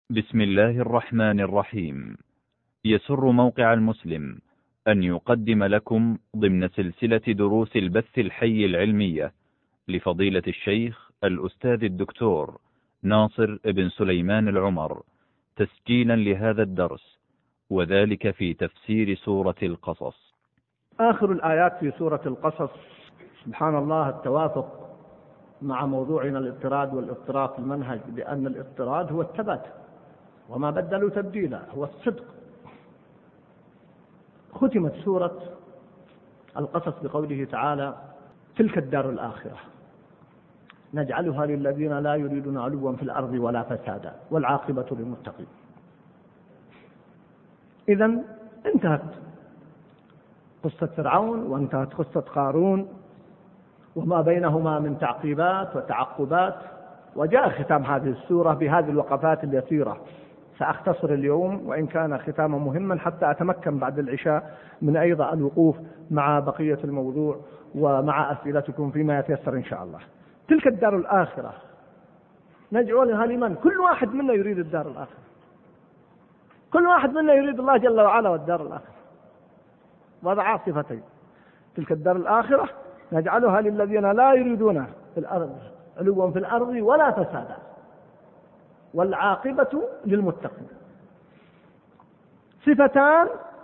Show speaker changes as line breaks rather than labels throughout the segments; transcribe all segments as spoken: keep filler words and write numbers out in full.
بسم الله الرحمن الرحيم. يسر موقع المسلم أن يقدم لكم ضمن سلسلة دروس البث الحي العلمية لفضيلة الشيخ الأستاذ الدكتور ناصر بن سليمان العمر تسجيلا لهذا الدرس، وذلك في تفسير سورة القصص.
آخر الآيات في سورة القصص. سبحان الله التوافق مع موضوعنا الاضطراد والاضطراب في المنهج، لأن الاضطراد هو الثبات وما بدلوا تبديلا، هو الصدق. ختمت سورة القصص بقوله تعالى: تلك الدار الآخرة نجعلها للذين لا يريدون علوا في الأرض ولا فسادا والعاقبة للمتقين. إذن انتهت قصة فرعون وانتهت قصة قارون وما بينهما من تعقيبات وتعقبات، وجاء ختام هذه السورة بهذه الوقفات اليسيرة. سأختصر اليوم وإن كان ختاما مهما حتى أتمكن بعد العشاء من أيضا الوقوف مع بقية الموضوع ومع أسئلتكم فيما يتيسر إن شاء الله. تلك الدار الآخرة نجعلها لمن؟ كل واحد منا يريد الدار الآخرة، كل واحد منا يريد الله جل وعلا والدار الآخرة، وضع صفتين: تلك الدار الآخرة نجعلها للذين لا يريدون في الأرض علوا في الأرض ولا فسادا والعاقبة للمتقين. صفتان.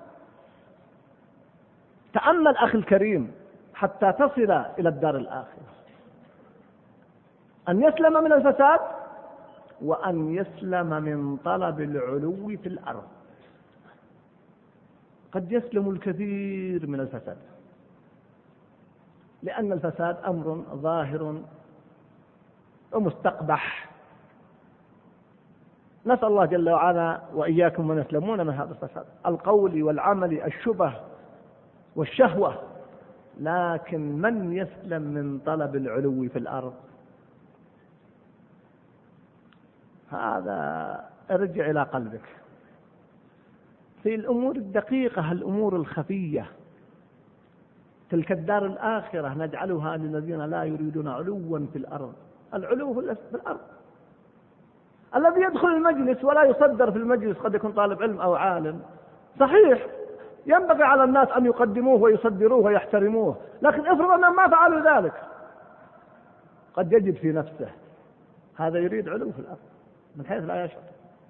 تأمل أخي الكريم حتى تصل إلى الدار الآخرة: أن يسلم من الفساد وأن يسلم من طلب العلو في الأرض. قد يسلم الكثير من الفساد، لأن الفساد أمر ظاهر ومستقبح، نسأل الله جل وعلا وإياكم من يسلمون من هذا الفساد، القول والعمل، الشبه والشهوة. لكن من يسلم من طلب العلو في الأرض؟ هذا ارجع إلى قلبك في الأمور الدقيقة، الأمور الخفية. تلك الدار الآخرة نجعلها للذين لا يريدون علوا في الأرض. العلو في الأرض، الذي يدخل المجلس ولا يصدر في المجلس، قد يكون طالب علم أو عالم، صحيح ينبغي على الناس أن يقدموه ويصدروه ويحترموه، لكن افرض أنهم ما فعلوا ذلك، قد يجد في نفسه هذا يريد علو في الأرض من حيث لا يشعر.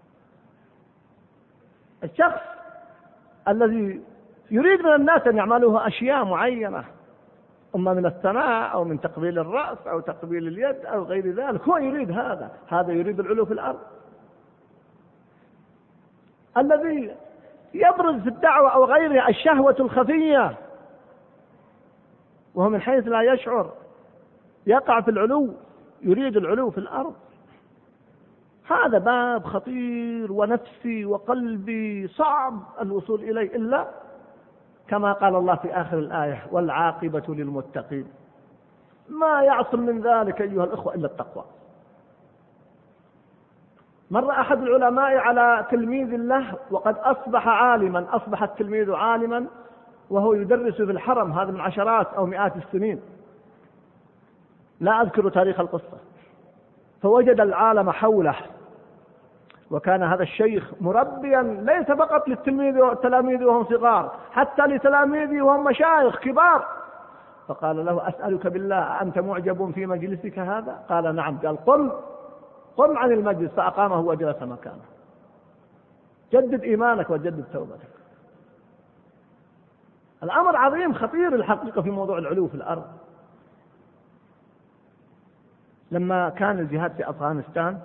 الشخص الذي يريد من الناس أن يعملوه أشياء معينة، أما من الثناء أو من تقبيل الرأس أو تقبيل اليد أو غير ذلك، هو يريد هذا، هذا يريد العلو في الأرض. الذي يبرز في الدعوة أو غيرها الشهوة الخفية وهو من حيث لا يشعر يقع في العلو، يريد العلو في الأرض. هذا باب خطير ونفسي وقلبي صعب الوصول إليه، إلا كما قال الله في آخر الآية: والعاقبة للمتقين. ما يعصم من ذلك أيها الأخوة إلا التقوى. مر أحد العلماء على تلميذ له وقد أصبح عالما، أصبح التلميذ عالما وهو يدرس في الحرم، هذا من عشرات أو مئات السنين، لا أذكر تاريخ القصة. فوجد العالم حوله، وكان هذا الشيخ مربيا ليس فقط للتلميذ والتلاميذ وهم صغار، حتى لتلاميذه وهم مشايخ كبار. فقال له: أسألك بالله أنت معجب في مجلسك هذا؟ قال: نعم. قال: قم قم عن المجلس. فأقامه وجلس مكانه. جدد إيمانك وجدد توبتك. الأمر عظيم خطير الحقيقة في موضوع العلو في الأرض. لما كان الجهاد في أفغانستان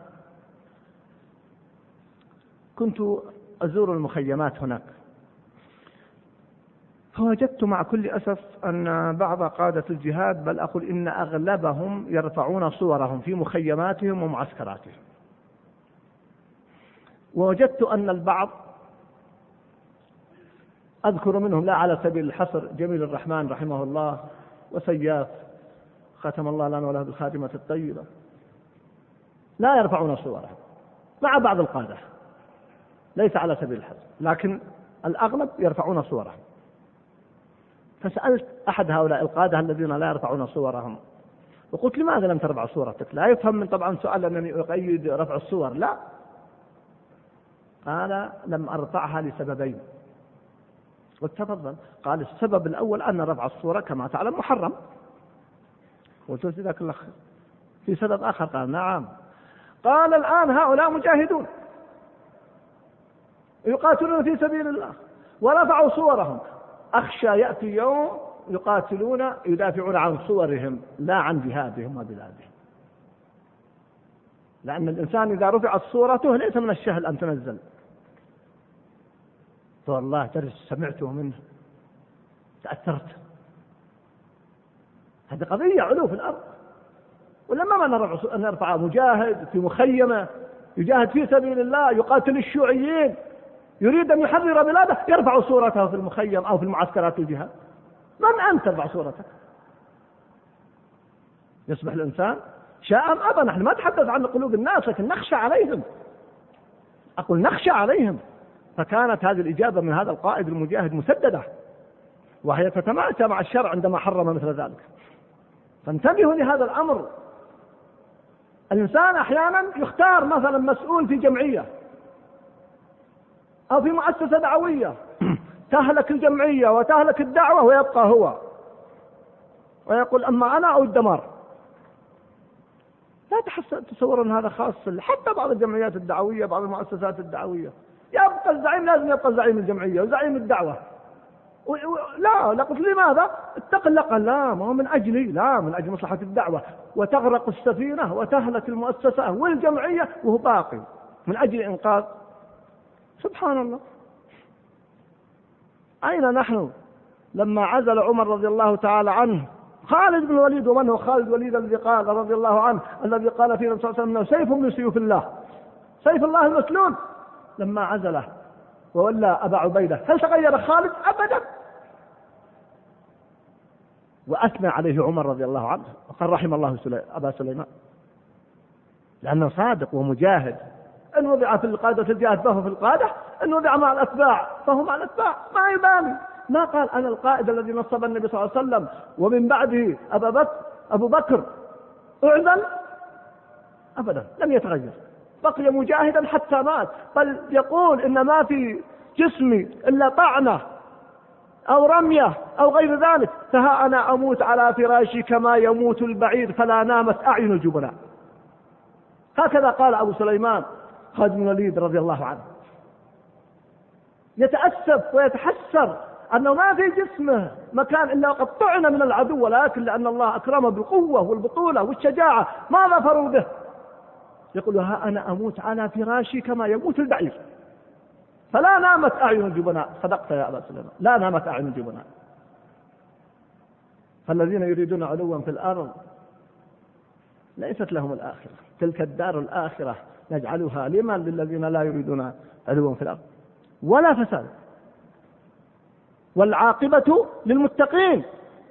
كنت أزور المخيمات هناك، فوجدت مع كل أسف أن بعض قادة الجهاد، بل أقول إن أغلبهم، يرفعون صورهم في مخيماتهم ومعسكراتهم. ووجدت أن البعض، أذكر منهم لا على سبيل الحصر جميل الرحمن رحمه الله وسياف ختم الله لنا وله بالخاتمة الطيبة، لا يرفعون صورهم، مع بعض القادة ليس على سبيل الحصر، لكن الأغلب يرفعون صورهم. فسألت أحد هؤلاء القادة الذين لا يرفعون صورهم، وقلت: لماذا لم ترفع صورتك؟ لا يفهم من طبعا سؤال أنني أقيد رفع الصور، لا، قال لم أرفعها لسببين. قلت تفضل. قال السبب الأول أن رفع الصورة كما تعلم محرم. قلت جزاك الله خير، في سبب آخر؟ قال نعم. قال الآن هؤلاء مجاهدون يقاتلون في سبيل الله ورفعوا صورهم، أخشى يأتي يوم يقاتلون يدافعون عن صورهم لا عن جهادهم وبلادهم، لأن الإنسان إذا رفعت صورته ليس من الشهل أن تنزل. والله درس سمعته منه تأثرت. هذه قضية علو في الأرض، ولما ما نرفع مجاهد في مخيمة يجاهد في سبيل الله يقاتل الشيوعيين يريد أن يحرر بلاده يرفع صورته في المخيم أو في المعسكرات الجهاد. من أنت ترفع صورتك؟ يصبح الإنسان شاء أم أبى. نحن ما نتحدث عن قلوب الناس لكن نخشى عليهم، أقول نخشى عليهم. فكانت هذه الإجابة من هذا القائد المجاهد مسددة، وهي تتماشى مع الشرع عندما حرم مثل ذلك. فانتبهوا لهذا الأمر. الإنسان أحيانا يختار مثلا مسؤول في جمعية أو في مؤسسة دعوية تهلك الجمعية وتهلك الدعوة ويبقى هو ويقول أما أنا أو الدمار. لا تتصورون هذا خاص حتى بعض الجمعيات الدعوية بعض المؤسسات الدعوية، يبقى الزعيم لازم يبقى زعيم الجمعية وزعيم الدعوة. لا لا قلت لماذا؟ اتق الله. قال لا ما هو من أجلي، لا من أجل مصلحة الدعوة، وتغرق السفينة وتهلك المؤسسة والجمعية وهو باقي من أجل إنقاذ. سبحان الله. أين نحن لما عزل عمر رضي الله تعالى عنه خالد بن الوليد؟ ومن هو خالد الوليد الذي قال رضي الله عنه الذي قال فيه النبي صلى الله عليه وسلم سيف من سيوف الله، سيف الله المسلول. لما عزله وولى أبا عبيدة هل تغير خالد؟ أبدا. وأثنى عليه عمر رضي الله عنه وقال رحم الله أبا سليمان، لأنه صادق ومجاهد. إن وضع في القادة الجهاد فهو في القادة، إن وضع مع الأتباع فهو مع الأتباع، ما يبالي. ما قال أنا القائد الذي نصب النبي صلى الله عليه وسلم ومن بعده أبا بكر أبو بكر أعزل، أبدا لم يتغير، بقي مجاهدا حتى مات. بل يقول إن ما في جسمي إلا طعنة أو رمية أو غير ذلك، فها أنا أموت على فراشي كما يموت البعير فلا نامت أعين الجبناء. هكذا قال أبو سليمان خالد بن الوليد رضي الله عنه. يتأسف ويتحسر أنه ما في جسمه مكان إلا وقد طعن من العدو، ولكن لأن الله أكرمه بالقوة والبطولة والشجاعة ما ظفروا به. يقول ها أنا أموت على فراشي كما يموت البعير فلا نامت أعين الجبناء. صدقت يا أبا سليمان، لا نامت أعين الجبناء. فالذين يريدون علوا في الأرض ليست لهم الآخرة، تلك الدار الآخرة نجعلها لمن؟ للذين لا يريدون علوا في الأرض ولا فساد، والعاقبة للمتقين.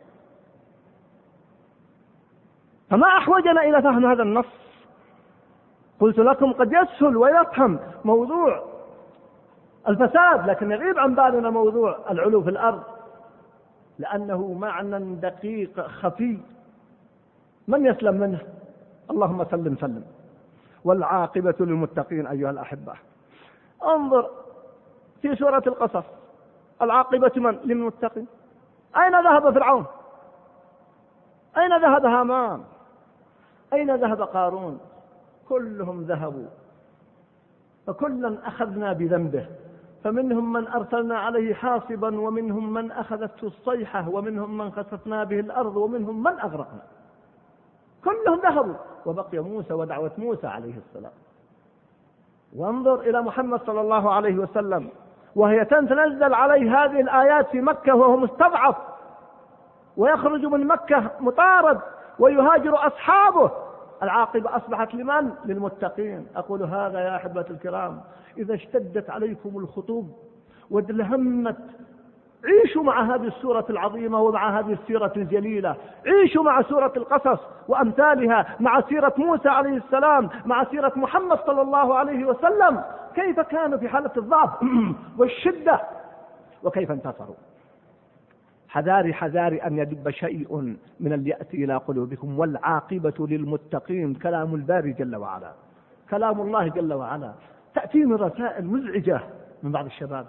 فما أحوجنا إلى فهم هذا النص؟ قلت لكم قد يسهل ويفهم موضوع الفساد لكن يغيب عن بالنا موضوع العلو في الأرض، لأنه معنى دقيق خفي من يسلم منه؟ اللهم سلم سلم. والعاقبة للمتقين أيها الأحبة. انظر في سورة القصص، العاقبة من؟ للمتقين. أين ذهب فرعون؟ أين ذهب هامان؟ أين ذهب قارون؟ كلهم ذهبوا، فكلا أخذنا بذنبه، فمنهم من أرسلنا عليه حاصبا ومنهم من أخذته الصيحة ومنهم من خسفنا به الأرض ومنهم من أغرقنا. كلهم ذهبوا وبقي موسى ودعوة موسى عليه السلام. وانظر إلى محمد صلى الله عليه وسلم وهي تنزل عليه هذه الآيات في مكة وهو مستضعف ويخرج من مكة مطارد ويهاجر أصحابه. العاقبة أصبحت لمن؟ للمتقين. أقول هذا يا أحبة الكرام إذا اشتدت عليكم الخطوب وادلهمت، عيشوا مع هذه السورة العظيمة ومع هذه السيرة الجليلة، عيشوا مع سورة القصص وأمثالها، مع سيرة موسى عليه السلام، مع سيرة محمد صلى الله عليه وسلم، كيف كانوا في حالة الضعف والشدة وكيف انتصروا. حذاري حذاري أن يدب شيء من اليأس إلى قلوبكم. والعاقبة للمتقين كلام الباري جل وعلا، كلام الله جل وعلا. تأتيني رسائل مزعجة من بعض الشباب،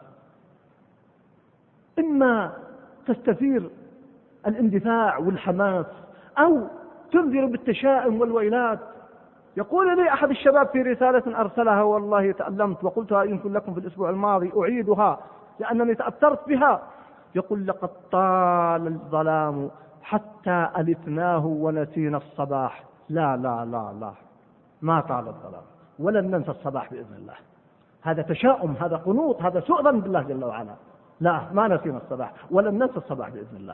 إما تستثير الاندفاع والحماس أو تنذر بالتشاؤم والويلات. يقول لي أحد الشباب في رسالة أرسلها والله تألمت وقلتها يمكن لكم في الأسبوع الماضي أعيدها لأنني تأثرت بها، يقول: لقد طال الظلام حتى ألفناه ونسينا الصباح. لا لا لا لا، ما طال الظلام ولن ننسى الصباح بإذن الله. هذا تشاؤم، هذا قنوط، هذا سوء ظن بالله جل وعلا. لا، ما نسينا الصباح ولن ننسى الصباح بإذن الله.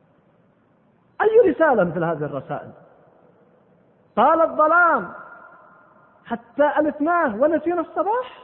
أي رسالة مثل هذه الرسائل؟ طال الظلام حتى ألفناه ونسينا الصباح.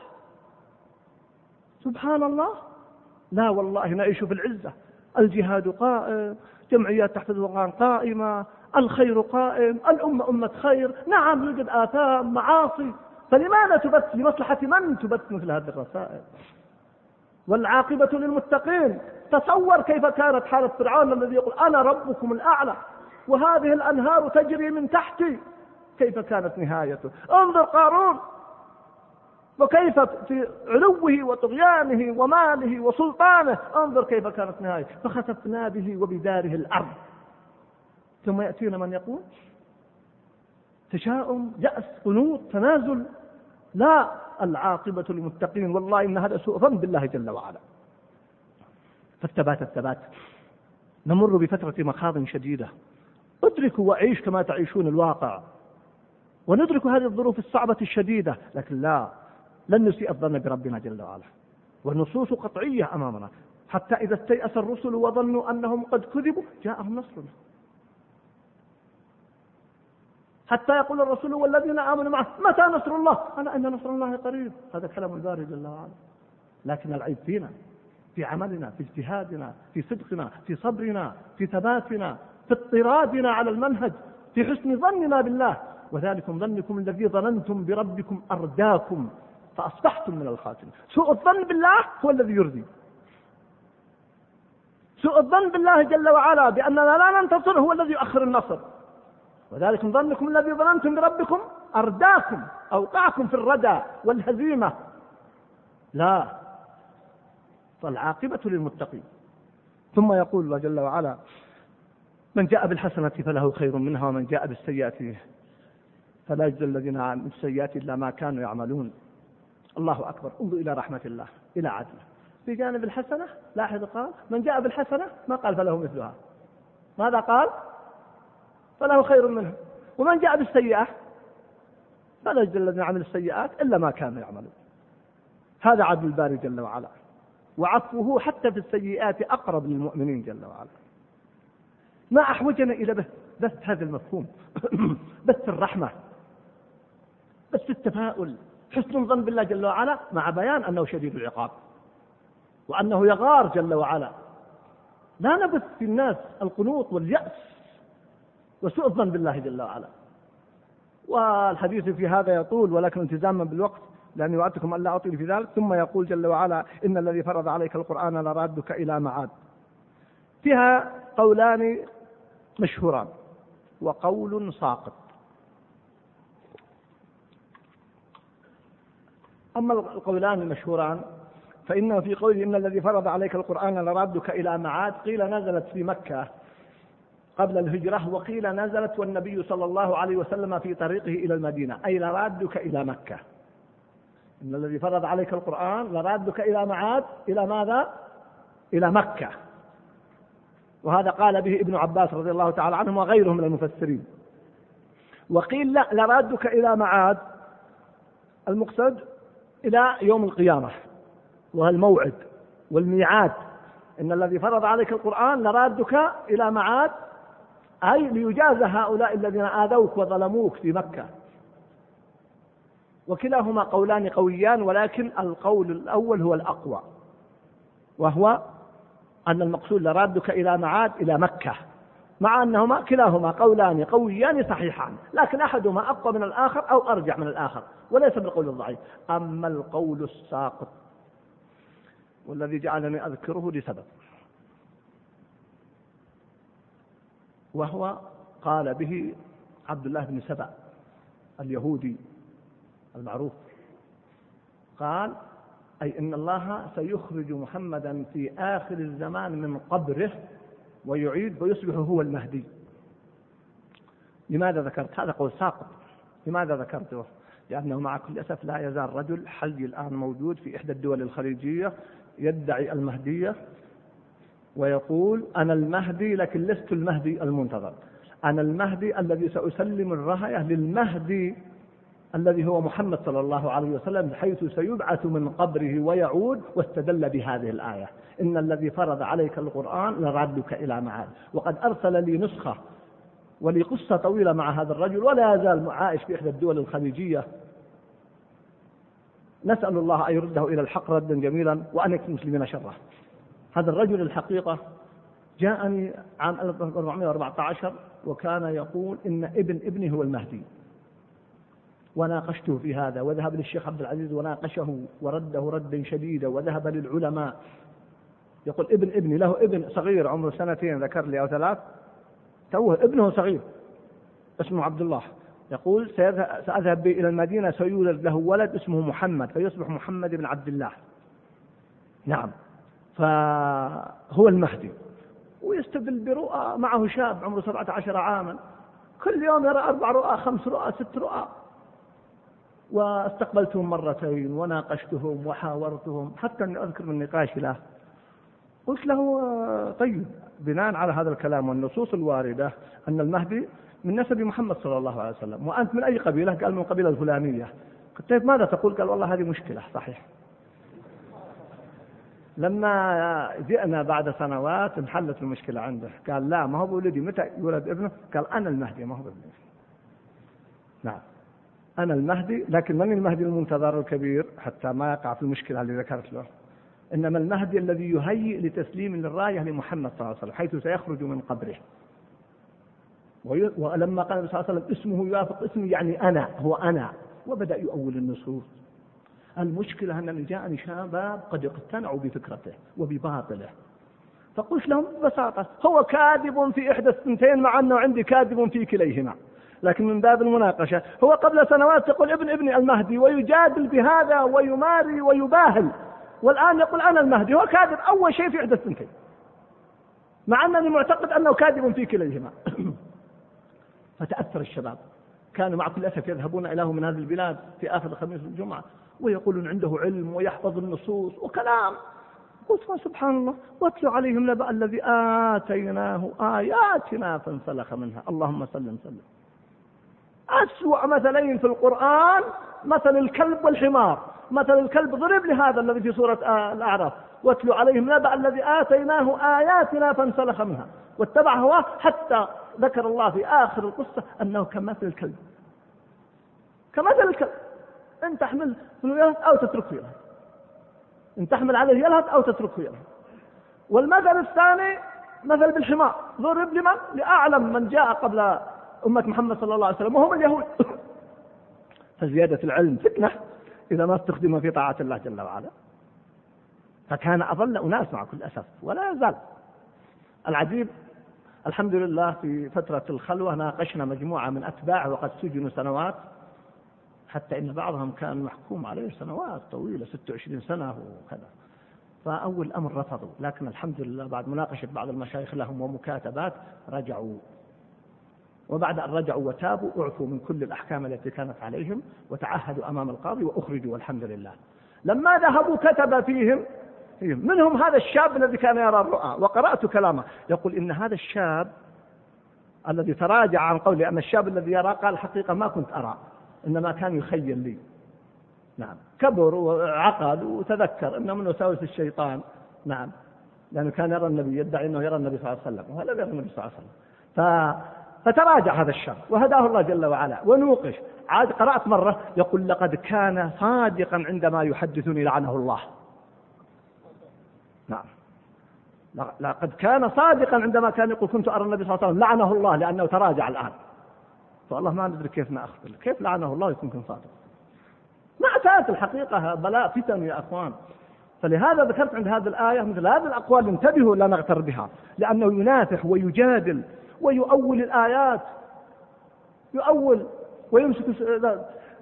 سبحان الله. لا والله نعيش في العزة، الجهاد قائم، جمعيات تحت القرآن قائمة، الخير قائم، الأمة أمة خير. نعم يوجد آثام معاصي، فلماذا تبث؟ لمصلحة من تبث مثل هذه الرسائل؟ والعاقبة للمتقين. تصور كيف كانت حالة فرعون الذي يقول: أنا ربكم الأعلى وهذه الأنهار تجري من تحتي. كيف كانت نهايته؟ انظر قارون وكيف في علوه وطغيانه وماله وسلطانه، انظر كيف كانت نهايته. فخسفنا به وبداره الأرض. ثم يأتينا من يقول تشاؤم، يأس، قنوط، تنازل. لا، العاقبة للمتقين. والله إن هذا سوء ظن بالله جل وعلا. فالثبات الثبات. نمر بفترة مخاض شديدة، ادركوا وعيش كما تعيشون الواقع، وندرك هذه الظروف الصعبة الشديدة، لكن لا، لن نسيء الظن بربنا جل وعلا. والنصوص قطعية أمامنا، حتى إذا استيأس الرسل وظنوا أنهم قد كذبوا جاءهم نصرنا، حتى يقول الرسول والذين آمنوا معه متى نصر الله؟ ألا إن نصر الله قريب. هذا كلام الباري جل وعلا. لكن العيب فينا، في عملنا، في اجتهادنا، في صدقنا، في صبرنا، في ثباتنا، في اضطرادنا على المنهج، في حسن ظننا بالله. وذلكم ظنكم الذي ظننتم بربكم أرداكم فأصبحتم من الخاسرين. سوء الظن بالله هو الذي يرضي. سوء الظن بالله جل وعلا بأننا لا ننتصر هو الذي يؤخر النصر. وذلكم ظنكم الذي ظننتم بربكم أرداكم، أوقعكم في الردى والهزيمة. لا، فالعاقبة للمتقين. ثم يقول الله جل وعلا: من جاء بالحسنة فله خير منها ومن جاء بالسيئة فلا يجزى الذين عملوا السيئات إلا ما كانوا يعملون. الله أكبر. انظر إلى رحمة الله، إلى عدله. في جانب الحسنة لاحظ قال: من جاء بالحسنة، ما قال فله مثلها، ماذا قال؟ فله خير منها. ومن جاء بالسيئة فلا يجزى الذين عملوا السيئات إلا ما كانوا يعملون. هذا عدل الباري جل وعلا، وعفوه حتى في السيئات أقرب للمؤمنين جل وعلا. ما أحوجنا إلى بث, بث هذا المفهوم بث الرحمة، بث التفاؤل، حسن الظن بالله جل وعلا، مع بيان أنه شديد العقاب وأنه يغار جل وعلا. لا نبث في الناس القنوط واليأس وسوء الظن بالله جل وعلا. والحديث في هذا يطول، ولكن التزاما بالوقت لأني وعدتكم أن لا أطيل في ذلك. ثم يقول جل وعلا: إن الذي فرض عليك القرآن لرادك إلى معاد. فيها قولان مشهوران وقول ساقط. أما القولان المشهوران فإنه في قوله إن الذي فرض عليك القرآن لرادك إلى معاد، قيل نزلت في مكة قبل الهجرة، وقيل نزلت والنبي صلى الله عليه وسلم في طريقه إلى المدينة، أي لرادك إلى مكة. إن الذي فرض عليك القرآن لرادك إلى معاد، إلى ماذا؟ إلى مكة. وهذا قال به ابن عباس رضي الله تعالى عنه وغيره من المفسرين. وقيل لا، لرادك إلى معاد المقصد إلى يوم القيامة والموعد والميعاد. إن الذي فرض عليك القرآن لرادك إلى معاد، أي ليجازى هؤلاء الذين آذوك وظلموك في مكة. وكلاهما قولان قويان، ولكن القول الأول هو الأقوى، وهو أن المقصود لرادك إلى معاد إلى مكة، مع أنهما كلاهما قولان قويان صحيحان، لكن أحدهما أقوى من الآخر أو أرجع من الآخر، وليس بالقول الضعيف. أما القول الساقط والذي جعلني أذكره لسبب، وهو قال به عبد الله بن سبأ اليهودي المعروف، قال أي إن الله سيخرج محمدا في آخر الزمان من قبره ويعيد ويصبح هو المهدي. لماذا ذكرت هذا؟ قول ساقط. لماذا ذكرته؟ لأنه مع كل أسف لا يزال رجل حي الآن موجود في إحدى الدول الخليجية يدعي المهدية ويقول أنا المهدي لكن لست المهدي المنتظر، أنا المهدي الذي سأسلم الراية للمهدي الذي هو محمد صلى الله عليه وسلم حيث سيبعث من قبره ويعود، واستدل بهذه الآية إن الذي فرض عليك القرآن لردك إلى معاد. وقد أرسل لي نسخة ولي قصة طويلة مع هذا الرجل ولا يزال عائش في إحدى الدول الخليجية، نسأل الله أن يرده إلى الحق ردا جميلا وأن يكفي المسلمين شره. هذا الرجل الحقيقة جاءني عام ألف وأربعمائة وأربعة عشر وكان يقول إن ابن ابني هو المهدي، وناقشته في هذا، وذهب للشيخ عبد العزيز وناقشه ورده ردا شديدا، وذهب للعلماء. يقول ابن ابني، له ابن صغير عمره سنتين ذكر لي أو ثلاث، توه ابنه صغير اسمه عبد الله، يقول سأذهب به إلى المدينة سيولد له ولد اسمه محمد فيصبح محمد بن عبد الله. نعم، فهو المهدي. ويستدل برؤى، معه شاب عمره سبعة عشر عاما كل يوم يرى أربع رؤى خمس رؤى ست رؤى. واستقبلتهم مرتين وناقشتهم وحاورتهم حتى أن أذكر من نقاش له قلت له طيب بناء على هذا الكلام والنصوص الواردة أن المهدي من نسب محمد صلى الله عليه وسلم وأنت من أي قبيلة؟ قال من قبيلة الفلانية. قلت طيب ماذا تقول؟ قال والله هذه مشكلة. صحيح. لما جئنا بعد سنوات انحلت المشكلة عنده، قال لا ما هو بولدي. متى يولد ابنه؟ قال أنا المهدي ما هو ابني. نعم أنا المهدي، لكن من المهدي المنتظر الكبير حتى ما يقع في المشكلة اللي ذكرت له، إنما المهدي الذي يهيئ لتسليم للراية لمحمد صلى الله عليه وسلم حيث سيخرج من قبره. ولما قال النبي صلى الله عليه وسلم اسمه يوافق اسمي يعني أنا، هو أنا، وبدأ يؤول النصوص. المشكلة أنني جاءني شباب قد اقتنعوا بفكرته وبباطله، فقلت لهم ببساطة هو كاذب في إحدى الثنتين مع أنه عندي كاذب في كليهما، لكن من باب المناقشة هو قبل سنوات يقول ابن ابني المهدي ويجادل بهذا ويماري ويباهل، والآن يقول أنا المهدي. هو كاذب أول شيء في إحدى الثنتين مع أنني معتقد أنه كاذب في كليهما. فتأثر الشباب، كانوا مع كل أسف يذهبون إليه من هذه البلاد في آخر الخميس والجمعة ويقولون عنده علم ويحفظ النصوص وكلام. قلت سبحان الله، واتلو عليهم نبأ الذي آتيناه آياتنا فانسلخ منها. اللهم سلم سلم. أسوأ مثلين في القرآن مثل الكلب والحمار. مثل الكلب ضرب لهذا الذي في سورة الأعراف، واتلو عليهم نبأ الذي آتيناه آياتنا فانسلخ منها واتبع هواه، حتى ذكر الله في آخر القصة أنه كمثل الكلب. كمثل الكلب، إن تحمل يلهث أو تتركه يلهث، إن تحمل عليه يلهث أو تتركه يلهث. والمثل الثاني مثل بالحمار، ضرب لمن؟ لأعلم من جاء قبل أمة محمد صلى الله عليه وسلم وهم اليهود. فزيادة العلم فتنة إذا ما استخدم في طاعة الله جل وعلا. فكان أضل أناس مع كل أسف ولا يزال. العجيب الحمد لله في فترة الخلوة ناقشنا مجموعة من أتباعه وقد سجنوا سنوات، حتى إن بعضهم كان محكوم عليه سنوات طويلة ستة وعشرين سنة وكذا. فأول أمر رفضوا، لكن الحمد لله بعد مناقشة بعض المشايخ لهم ومكاتبات رجعوا، وبعد أن رجعوا وتابوا أعفوا من كل الأحكام التي كانت عليهم وتعهدوا أمام القاضي وأخرجوا والحمد لله. لما ذهبوا كتب فيهم منهم هذا الشاب الذي كان يرى الرؤى، وقرأت كلامه يقول إن هذا الشاب الذي تراجع عن قوله أن الشاب الذي يرى قال الحقيقة ما كنت أرى إنما كان يخيل لي. نعم، كبر وعقد وتذكر إنه من وساوس الشيطان. نعم، لأنه كان يرى النبي، يدعي أنه يرى النبي صلى الله عليه وسلم وهو لم يرى النبي صلى الله عليه وسلم. ف... فتراجع هذا الشاب وهداه الله جل وعلا ونوقش. عاد قرأت مرة يقول لقد كان صادقا عندما يحدثني لعنه الله. نعم، لقد كان صادقا عندما كان يقول كنت أرى النبي صلى الله عليه وسلم لعنه الله لأنه تراجع الآن. فالله ما ندري كيف نأخذ، كيف لعنه الله يكون كن صادق. ما أتات الحقيقة بلاء فتن يا أخوان. فلهذا ذكرت عند هذه الآية مثل هذه الأقوال انتبهوا لا نغتر بها، لأنه ينافح ويجادل ويؤول الآيات، يؤول ويمسك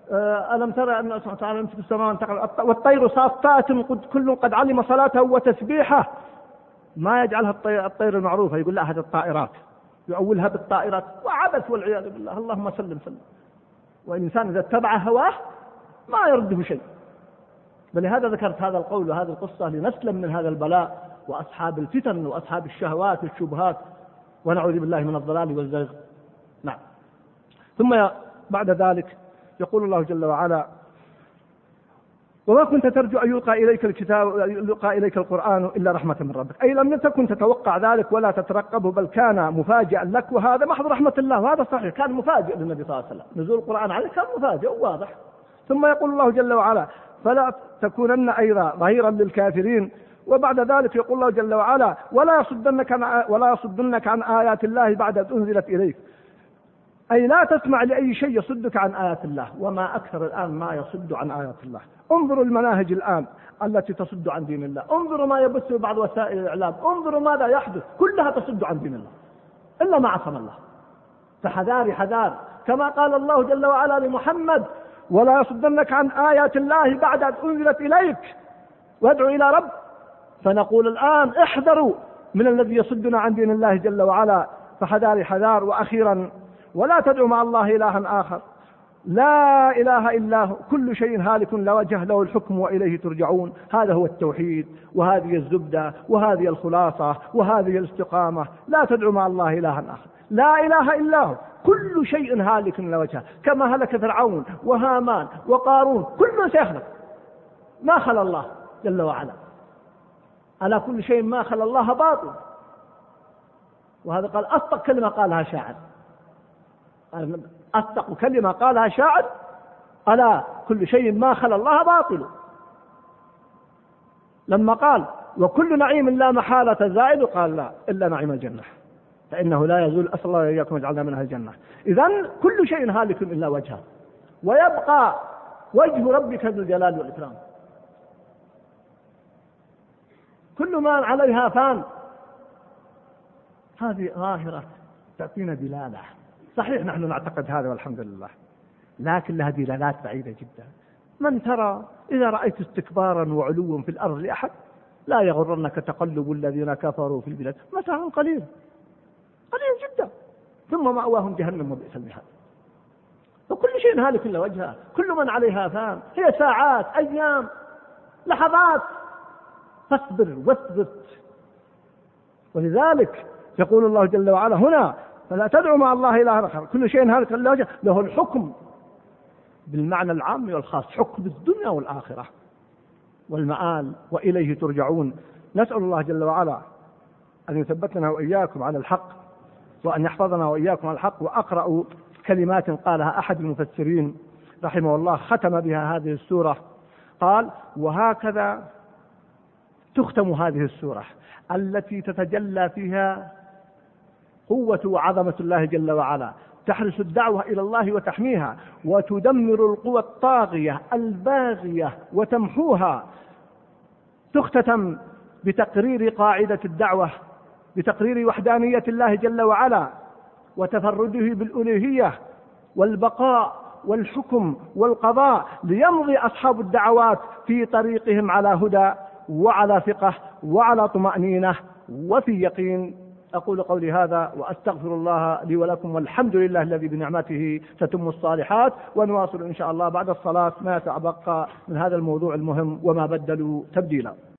ألم ترى أن الله سبحانه وتعالى يمسك السماوات والطير صافات كل قد علم صلاته وتسبيحه، ما يجعلها الطير, الطير المعروفة، يقول لا هذه الطائرات، يؤولها بالطائرات، وعبث والعياذ بالله. اللهم سلم سلم. والإنسان إذا اتبع هواه ما يرده شيء. ولهذا ذكرت هذا القول وهذه القصة لنسلم من هذا البلاء وأصحاب الفتن وأصحاب الشهوات والشبهات، ونعوذ بالله من الضلال والزيغ. نعم. ثم بعد ذلك يقول الله جل وعلا: وما كنت ترجو أن يلقى إليك الكتاب يلقى إليك القرآن إلا رحمة من ربك، أي لم تكن تتوقع ذلك ولا تترقبه، بل كان مفاجئا لك، وهذا محض رحمة الله. وهذا صحيح، كان مفاجئ للنبي صلى الله عليه وسلم، نزول القرآن عليه كان مفاجئ وواضح. ثم يقول الله جل وعلا: فلا تكونن أيضا ظهيرا للكافرين. وبعد ذلك يقول الله جل وعلا: ولا يصدنك عن ولا يصدنك عن آيات الله بعد أن أنزلت إليك، أي لا تسمع لأي شيء يصدك عن آيات الله. وما أكثر الآن ما يصد عن آيات الله. انظروا المناهج الآن التي تصد عن دين الله، انظروا ما يبث بعض وسائل الإعلام، انظروا ماذا يحدث، كلها تصد عن دين الله إلا ما عصم الله. فحذاري حذار، كما قال الله جل وعلا لمحمد: ولا يصدنك عن آيات الله بعد أن أنزلت إليك وادعو إلى رب. فنقول الآن احذروا من الذي يصدنا عن دين الله جل وعلا، فحذاري حذار. وأخيرا: ولا تدعو مع الله إلها آخر، لا إله إلا هو، كل شيء هالك لا وجه له الحكم وإليه ترجعون. هذا هو التوحيد، وهذه الزبدة، وهذه الخلاصة، وهذه الاستقامة. لا تدعو مع الله إلها آخر، لا إله إلا هو، كل شيء هالك لا وجه، كما هلك فرعون وهامان وقارون، كل سيهلك ما خلا الله جل وعلا. على كل شيء ما خلا الله باطل. وهذا قال أصدق كلمة قالها شاعر، أصدق كلمة قالها شاعر: ألا كل شيء ما خلا الله باطل. لما قال: وكل نعيم لا محالة زائد، قال: لا إلا نعيم الجنة فإنه لا يزول، أسأل الله إياكم وجعلنا من أهل الجنة. إذن كل شيء هالك إلا وجهه، ويبقى وجه ربك ذو الجلال والإكرام. كل ما عليها فان. هذه ظاهرة تعطينا دلالة. صحيح نحن نعتقد هذا والحمد لله، لكن لها دلالات بعيدة جدا. من ترى إذا رأيت استكبارا وعلوا في الأرض لأحد لا يغرنك تقلب الذين كفروا في البلاد، متاع قليل قليل جدا ثم مأواهم جهنم وبئس المهاد. فكل شيء هالك إلا وجهه، كل من عليها فان. هي ساعات، أيام، لحظات، فاصبر واثبت. ولذلك يقول الله جل وعلا هنا: فلا تدعو مع الله إلها آخر، كل شيء هالك إلا وجهه، له الحكم بالمعنى العام والخاص، حكم الدنيا والآخرة والمآل وإليه ترجعون. نسأل الله جل وعلا أن يثبتنا وإياكم على الحق، وأن يحفظنا وإياكم على الحق. وأقرأ كلمات قالها أحد المفسرين رحمه الله، ختم بها هذه السورة، قال: وهكذا تختم هذه السورة التي تتجلى فيها قوة وعظمة الله جل وعلا، تحرس الدعوة إلى الله وتحميها، وتدمر القوى الطاغية الباغية وتمحوها. تختتم بتقرير قاعدة الدعوة، بتقرير وحدانية الله جل وعلا وتفرده بالألوهية والبقاء والحكم والقضاء، ليمضي أصحاب الدعوات في طريقهم على هدى وعلى ثقة وعلى طمأنينة وفي يقين. أقول قولي هذا وأستغفر الله لي ولكم، والحمد لله الذي بنعمته تتم الصالحات. ونواصل إن شاء الله بعد الصلاة ما يتبقى من هذا الموضوع المهم وما بدلوا تبديلا.